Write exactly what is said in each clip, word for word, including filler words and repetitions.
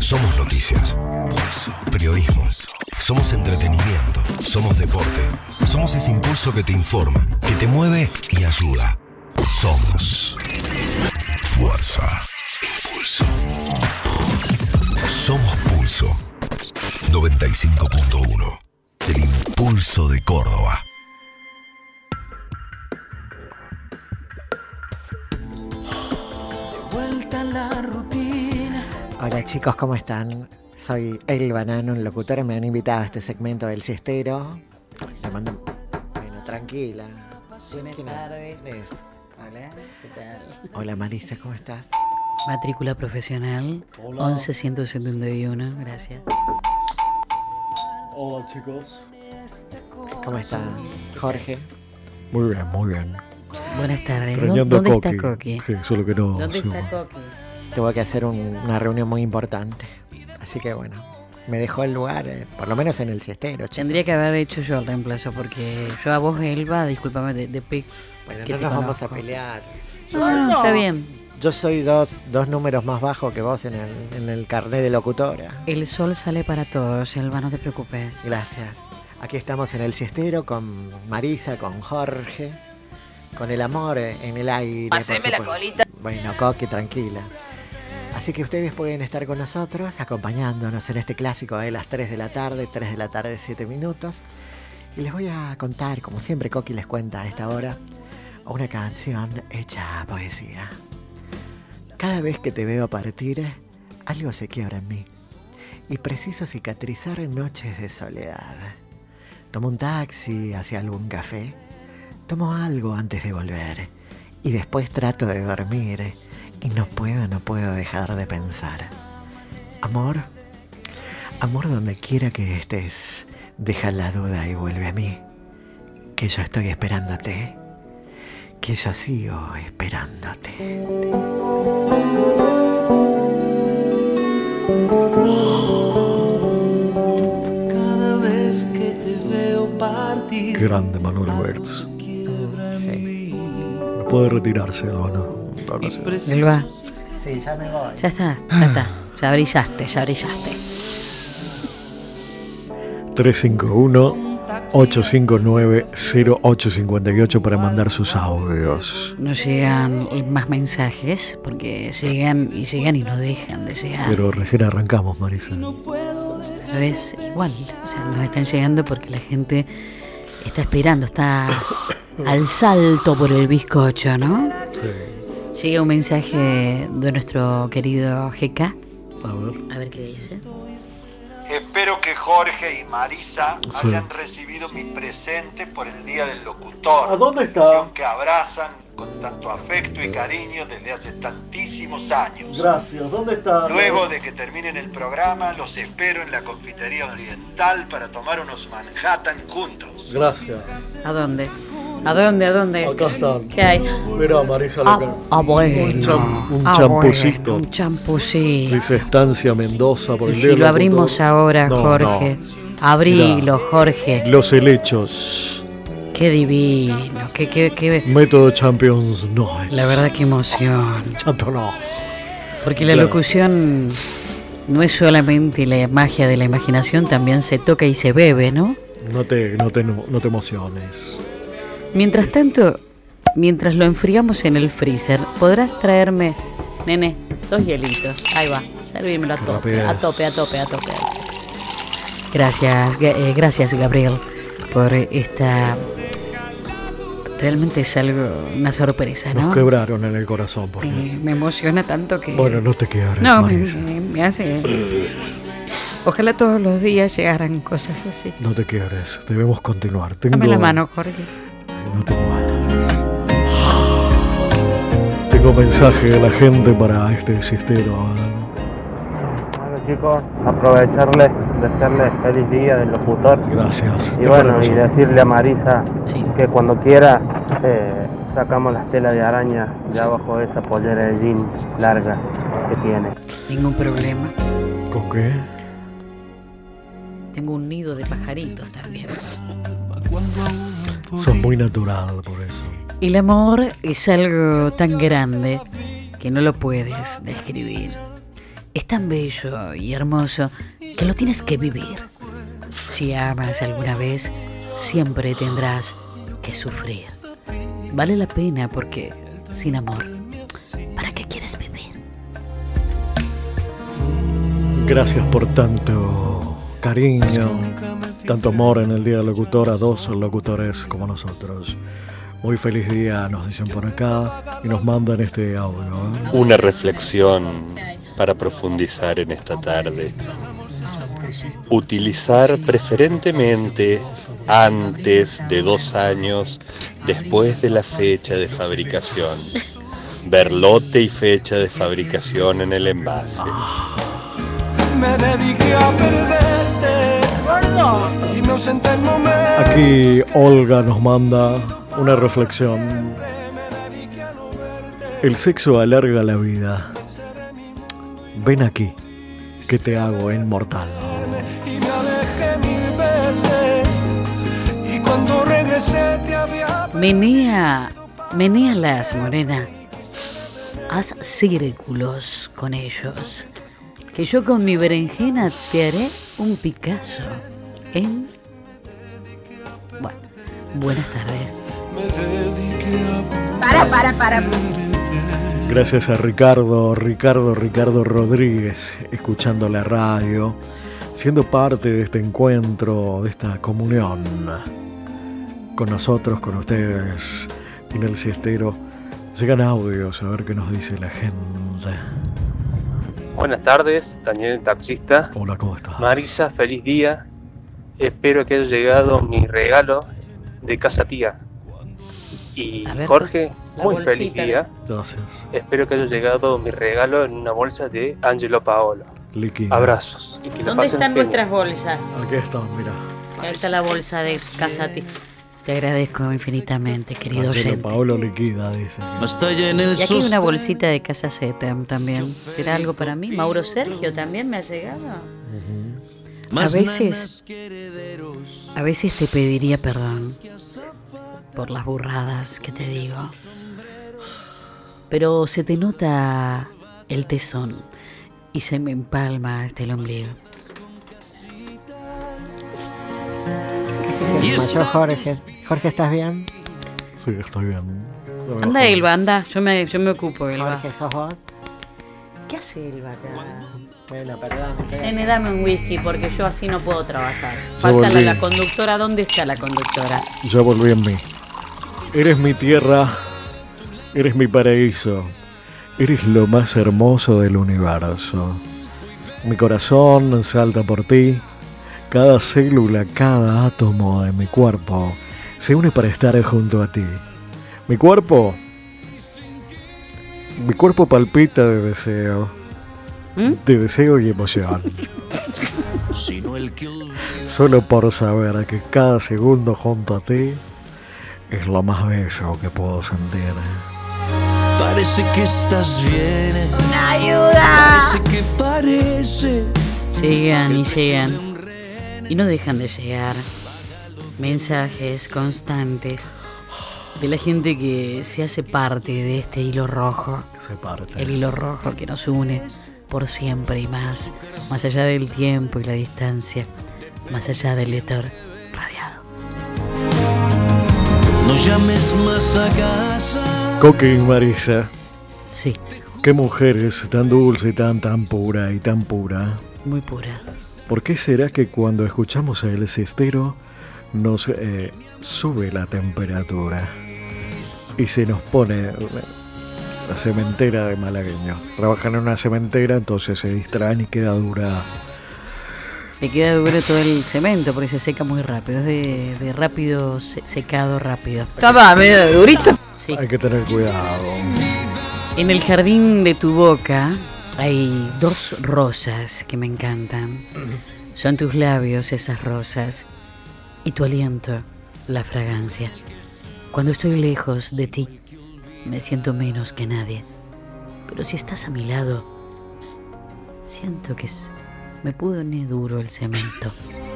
Somos noticias. Periodismo. Somos entretenimiento. Somos deporte. Somos ese impulso que te informa, que te mueve y ayuda. Somos Fuerza. Impulso. Somos Pulso. noventa y cinco punto uno. El impulso de Córdoba. Vuelta a la rutina. Hola chicos, ¿cómo están? Soy El Banano, un locutor, me han invitado a este segmento del siestero. Me mandan... Bueno, tranquila. Buenas tardes. Es... Hola, ¿qué tal? Hola Marisa, ¿cómo estás? Matrícula profesional. Hola. once ciento setenta y uno, gracias. Hola chicos. ¿Cómo está Jorge? Muy bien, muy bien. Buenas tardes. Extrañando ¿Dónde a está Coqui? Sí, solo que no. ¿Dónde sí, está bueno. Coqui? Tuve que hacer un, una reunión muy importante. Así que bueno, me dejó el lugar, eh, por lo menos en el siestero. Chicos. Tendría que haber hecho yo el reemplazo porque yo a vos, Elba, discúlpame, de, de P. Bueno, que no te nos vamos conozco. a pelear. No, no, no, está bien. Yo soy dos, dos números más bajo que vos en el, en el carnet de locutora. El sol sale para todos, Elba, no te preocupes. Gracias. Aquí estamos en el siestero con Marisa, con Jorge, con el amor en el aire. Páseme la colita. Bueno, Coqui, tranquila. Así que ustedes pueden estar con nosotros, acompañándonos en este clásico de las tres de la tarde, tres de la tarde, siete minutos. Y les voy a contar, como siempre Coqui les cuenta a esta hora, una canción hecha poesía. Cada vez que te veo partir, algo se quiebra en mí. Y preciso cicatrizar noches de soledad. Tomo un taxi hacia algún café. Tomo algo antes de volver. Y después trato de dormir. Y no puedo, no puedo dejar de pensar. Amor, amor donde quiera que estés, deja la duda y vuelve a mí. Que yo estoy esperándote. Que yo sigo esperándote. Cada vez que te veo partir. Qué grande Manuel Bertz. Sí. No puede retirarse, Elvano. Ahora sí. Elba, Sí, ya me voy. ya está, ya está. Ya brillaste, ya brillaste. tres cinco uno, ocho cinco nueve, cero ocho cinco ocho para mandar sus audios. Nos llegan más mensajes porque llegan y llegan y no dejan de llegar. Pero recién arrancamos, Marisa. Eso es igual, o sea, nos están llegando porque la gente está esperando, está al salto por el bizcocho, ¿no? Sí. Llega un mensaje de nuestro querido G K. A ver. A ver qué dice. Espero que Jorge y Marisa Sí. hayan recibido mi presente por el Día del Locutor. ¿A dónde está? Canción que abrazan con tanto afecto y cariño desde hace tantísimos años. Gracias. ¿Dónde está? Luego de que terminen el programa, los espero en la confitería oriental para tomar unos Manhattan juntos. Gracias. ¿A dónde? ¿A dónde? ¿A dónde? Acá están. ¿Qué hay? Mira, Marisa, lo Ah, que... ah, bueno. Un, cham- un Ah, champucito. bueno, un champucito. Dice Estancia Mendoza por Y el si Día del lo abrimos Locutor. ahora, No, Jorge. no. Abrilo, Mirá. Jorge. Los helechos. Qué divino. Qué, qué, qué... Método Champions no. La verdad, qué emoción. Champions no. Porque la Gracias. locución no es solamente la magia de la imaginación, también se toca y se bebe, ¿no? No te, no te, no te emociones. Mientras tanto, mientras lo enfriamos en el freezer, podrás traerme, nene, dos hielitos. Ahí va, servímelo a Qué tope, rapidez. a tope, a tope, a tope. Gracias, Ga- eh, gracias Gabriel por esta... Realmente es algo, una sorpresa, ¿no? Nos quebraron en el corazón. Porque... Eh, me emociona tanto que... Bueno, no te quiebres, no, me, Marisa. me- me hace... Ojalá todos los días llegaran cosas así. No te quiebres. Debemos continuar. Tengo... Dame la mano, Jorge. No te muevas. Tengo mensaje de la gente para este siestero. Bueno chicos, aprovecharles, desearles feliz día del locutor Gracias. y Es bueno, para y nosotros. decirle a Marisa Sí. que cuando quiera eh, sacamos las telas de araña de abajo de esa pollera de jean larga que tiene. Ningún problema. ¿Con qué? Tengo un nido de pajaritos también. Son muy natural por eso. El amor es algo tan grande que no lo puedes describir. es tan bello y hermoso que lo tienes que vivir. Si amas alguna vez, siempre tendrás que sufrir. Vale la pena porque sin amor, ¿para qué quieres vivir? Gracias por tanto cariño, tanto amor en el Día del Locutor a dos locutores como nosotros. Muy feliz día, nos dicen por acá y nos mandan este audio, ¿eh? Una reflexión para profundizar en esta tarde. Utilizar preferentemente antes de dos años después de la fecha de fabricación. Ver lote y fecha de fabricación en el envase. Me dediqué a perderte y no senté el momento. Aquí Olga nos manda una reflexión. El sexo alarga la vida. Ven aquí, que te hago inmortal. Y me alejé mil veces y cuando regresé te había... Menea, menéalas, morena. Haz círculos con ellos. Que yo con mi berenjena te haré un Picasso en... Bueno, buenas tardes. Para, para, para. Gracias a Ricardo, Ricardo, Ricardo Rodríguez, escuchando la radio, siendo parte de este encuentro, de esta comunión con nosotros, con ustedes en el siestero. Llegan audios a ver qué nos dice la gente. Buenas tardes, Daniel taxista. Hola, ¿cómo estás? Marisa, feliz día. Espero que haya llegado mi regalo de casa tía. Y A ver, Jorge, la muy bolsita. feliz día. Gracias. Espero que haya llegado mi regalo en una bolsa de Angelo Paolo. Líquido. Abrazos. Y que la ¿Dónde pasen están genial. nuestras bolsas? Aquí está, mira. Ahí está la bolsa de Casati. Te agradezco infinitamente, querido Angelo oyente. Paolo liquida, dice. Estoy en el Y aquí hay una susto. bolsita de Casa Z también. ¿Será algo para mí? Mauro Sergio también me ha llegado. A Más veces, a veces te pediría perdón por las burradas que te digo. Pero se te nota el tesón y se me empalma hasta el ombligo. Casi se desmayó Jorge. Jorge, ¿estás bien? Sí, estoy bien. Estoy Anda, mejor. Elba, anda. Yo me, yo me ocupo, Elba. Jorge, ¿sos vos? ¿Qué hace Elba acá? Bueno, perdón. Nene, dame un whisky porque yo así no puedo trabajar. Ya Falta la, volví. la conductora. ¿Dónde está la conductora? Ya volví en mí. Eres mi tierra, eres mi paraíso, eres lo más hermoso del universo. Mi corazón salta por ti, cada célula, cada átomo de mi cuerpo se une para estar junto a ti. Mi cuerpo, mi cuerpo palpita de deseo, ¿Mm? de deseo y emoción. Solo por saber que cada segundo junto a ti es lo más bello que puedo sentir. Parece que estás bien. ¡Una ayuda! Parece que parece. Llegan y llegan. Y no dejan de llegar. Mensajes constantes de la gente que se hace parte de este hilo rojo. Se parte. El hilo rojo que nos une por siempre y más. Más allá del tiempo y la distancia. Más allá del éter radiado. No llames más a casa. Coqui y Marisa, Sí, qué mujeres tan dulce, tan tan pura y tan pura. muy pura. ¿Por qué será que cuando escuchamos a El Siestero nos eh, sube la temperatura y se nos pone la cementera de malagueño? Trabajan en una cementera, entonces se distraen y queda dura. Le queda duro todo el cemento porque se seca muy rápido. Es de, de rápido se- secado rápido. Estaba medio durito. Sí. Hay que tener cuidado. En el jardín de tu boca hay dos rosas que me encantan. Son tus labios esas rosas y tu aliento, la fragancia. Cuando estoy lejos de ti, me siento menos que nadie. Pero si estás a mi lado, siento que s- me pone duro el cemento.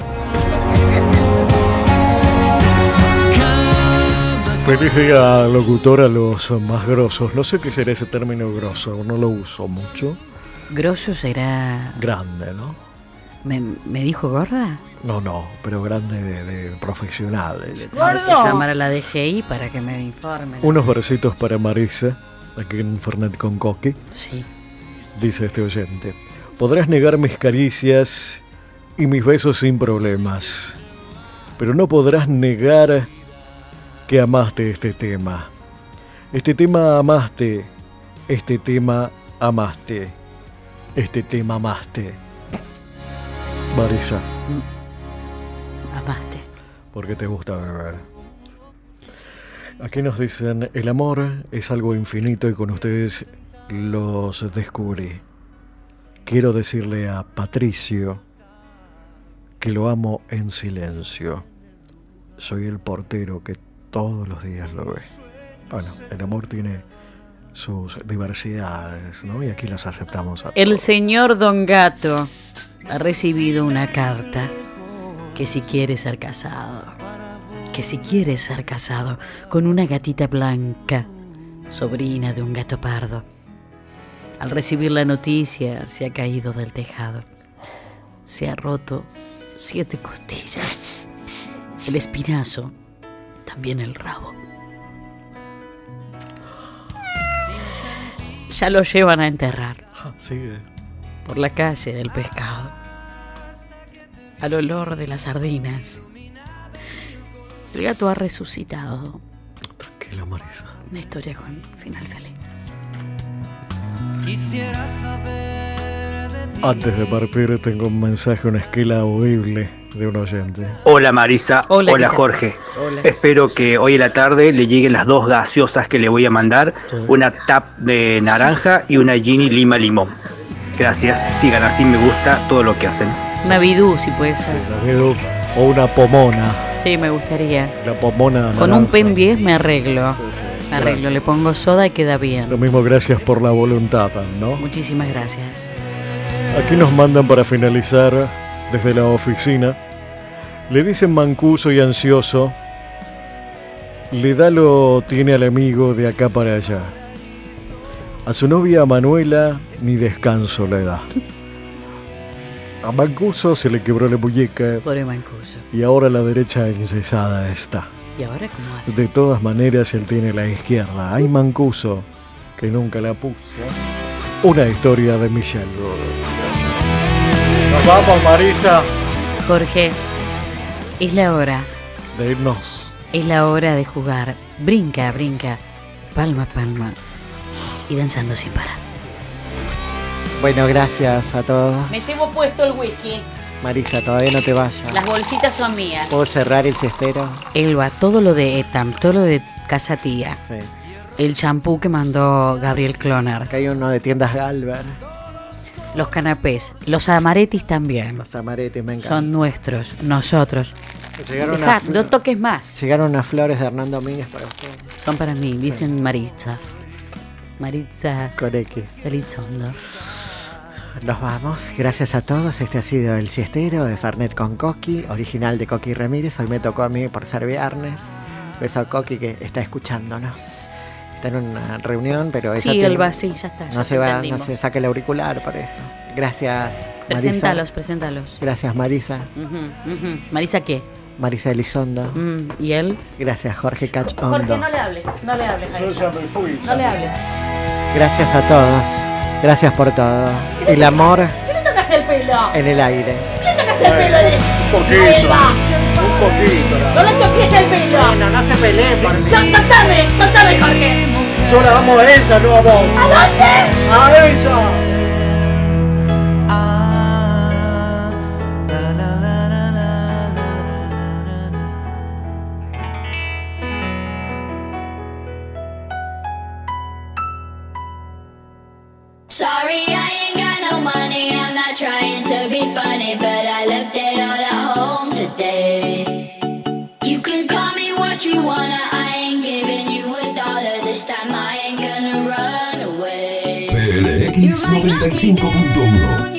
Feliz día, locutor, a los más grosos. No sé qué será ese término grosso, no lo uso mucho. Grosso será... Grande, ¿no? ¿Me, me dijo gorda? No, no, pero grande de, de profesionales. Tengo que llamar a la D G I para que me informen. Unos versitos para Marisa, aquí en Fernet con Coqui. Sí. Dice este oyente: podrás negar mis caricias y mis besos sin problemas, pero no podrás negar que amaste este tema. Este tema amaste. Este tema amaste. Este tema amaste. Marisa. Amaste. Porque te gusta beber. Aquí nos dicen: el amor es algo infinito y con ustedes los descubrí. Quiero decirle a Patricio que lo amo en silencio. Soy el portero que todos los días lo ve. Bueno, el amor tiene sus diversidades, ¿no? Y aquí las aceptamos a El todos. señor Don Gato ha recibido una carta que si quiere ser casado, que si quiere ser casado con una gatita blanca, sobrina de un gato pardo. Al recibir la noticia se ha caído del tejado. Se ha roto siete costillas, el espinazo, también el rabo. Ya lo llevan a enterrar. Sigue. Por la calle del pescado, al olor de las sardinas. El gato ha resucitado. Tranquila, Marisa. Una historia con final feliz. Quisiera saber de ti. Antes de partir tengo un mensaje, una esquela audible de un oyente. Hola Marisa, Hola, hola, ¿qué tal? Jorge. Hola. Espero que hoy en la tarde le lleguen las dos gaseosas que le voy a mandar, Sí. una tap de naranja y una Gini lima limón. Gracias, sigan así, me gusta todo lo que hacen. Una bidú, si puede ser. O una pomona. Sí, me gustaría. La pomona Con naranja. un pen diez me arreglo. Sí, sí. Me arreglo, Gracias. le pongo soda y queda bien. Lo mismo, gracias por la voluntad, ¿no? Muchísimas gracias. Aquí nos mandan para finalizar desde la oficina. Le dicen mancuso y ansioso. Le da lo tiene al amigo de acá para allá. A su novia Manuela ni descanso le da. A Mancuso se le quebró la muñeca Pobre mancuso. y ahora la derecha encesada está. ¿Y ahora cómo hace? De todas maneras él tiene la izquierda. Hay Mancuso que nunca la puso. Una historia de Michelle. Nos vamos, Marisa. Jorge, es la hora. De irnos. Es la hora de jugar. Brinca, brinca. Palma, palma. Y danzando sin parar. Bueno, gracias a todos. Me llevo puesto el whisky. Marisa, todavía no te vayas. Las bolsitas son mías. ¿Puedo cerrar el siestero? Elba, todo lo de Etam, todo lo de Casa Tía. Sí. El champú que mandó Gabriel Cloner. Acá hay uno de tiendas Galver. Los canapés. Los amaretis también. Los amaretes, me encantan. Son nuestros, nosotros. Llegaron, Dejá, unas, no toques más. llegaron unas flores de Hernán Domínguez para usted. Son para mí, dicen Maritza. Maritza Con X. Elizondo. Nos vamos. Gracias a todos. Este ha sido el siestero de Fernet con Coqui, original de Coqui Ramírez. Hoy me tocó a mí por ser viernes. Beso a Coqui que está escuchándonos. Está en una reunión, pero ella Sí, tiene- Elba, sí, ya está. ya no se te va, no entendimos. se saca el auricular por eso. Gracias, Marisa. Preséntalos, preséntalos. Gracias, Marisa. Ujú, ujú. ¿Marisa qué? Marisa Elizondo. Mm, ¿Y él? Gracias, Jorge Cach Jorge, Hondo. no le hables, no le hables. Yo ya me fui. No le hables. Gracias a todos. Gracias por todo. El amor ¿Qué le tocas el pelo? en el aire. ¿Qué le tocas el pelo de Un poquito. Elba? Un poquito. No le toques el pelo. Bueno, no se peleen por mí. Soltame, soltame, Jorge. Yo la amo a ella, no a vos. ¿A dónde? ¡A ella! Sorry, I ain't got no money. I'm not trying to be funny, but I left it all at home today. You can call me what you wanna. I ain't giving you a dollar this time. I ain't gonna run away. P L X noventa y cinco punto uno.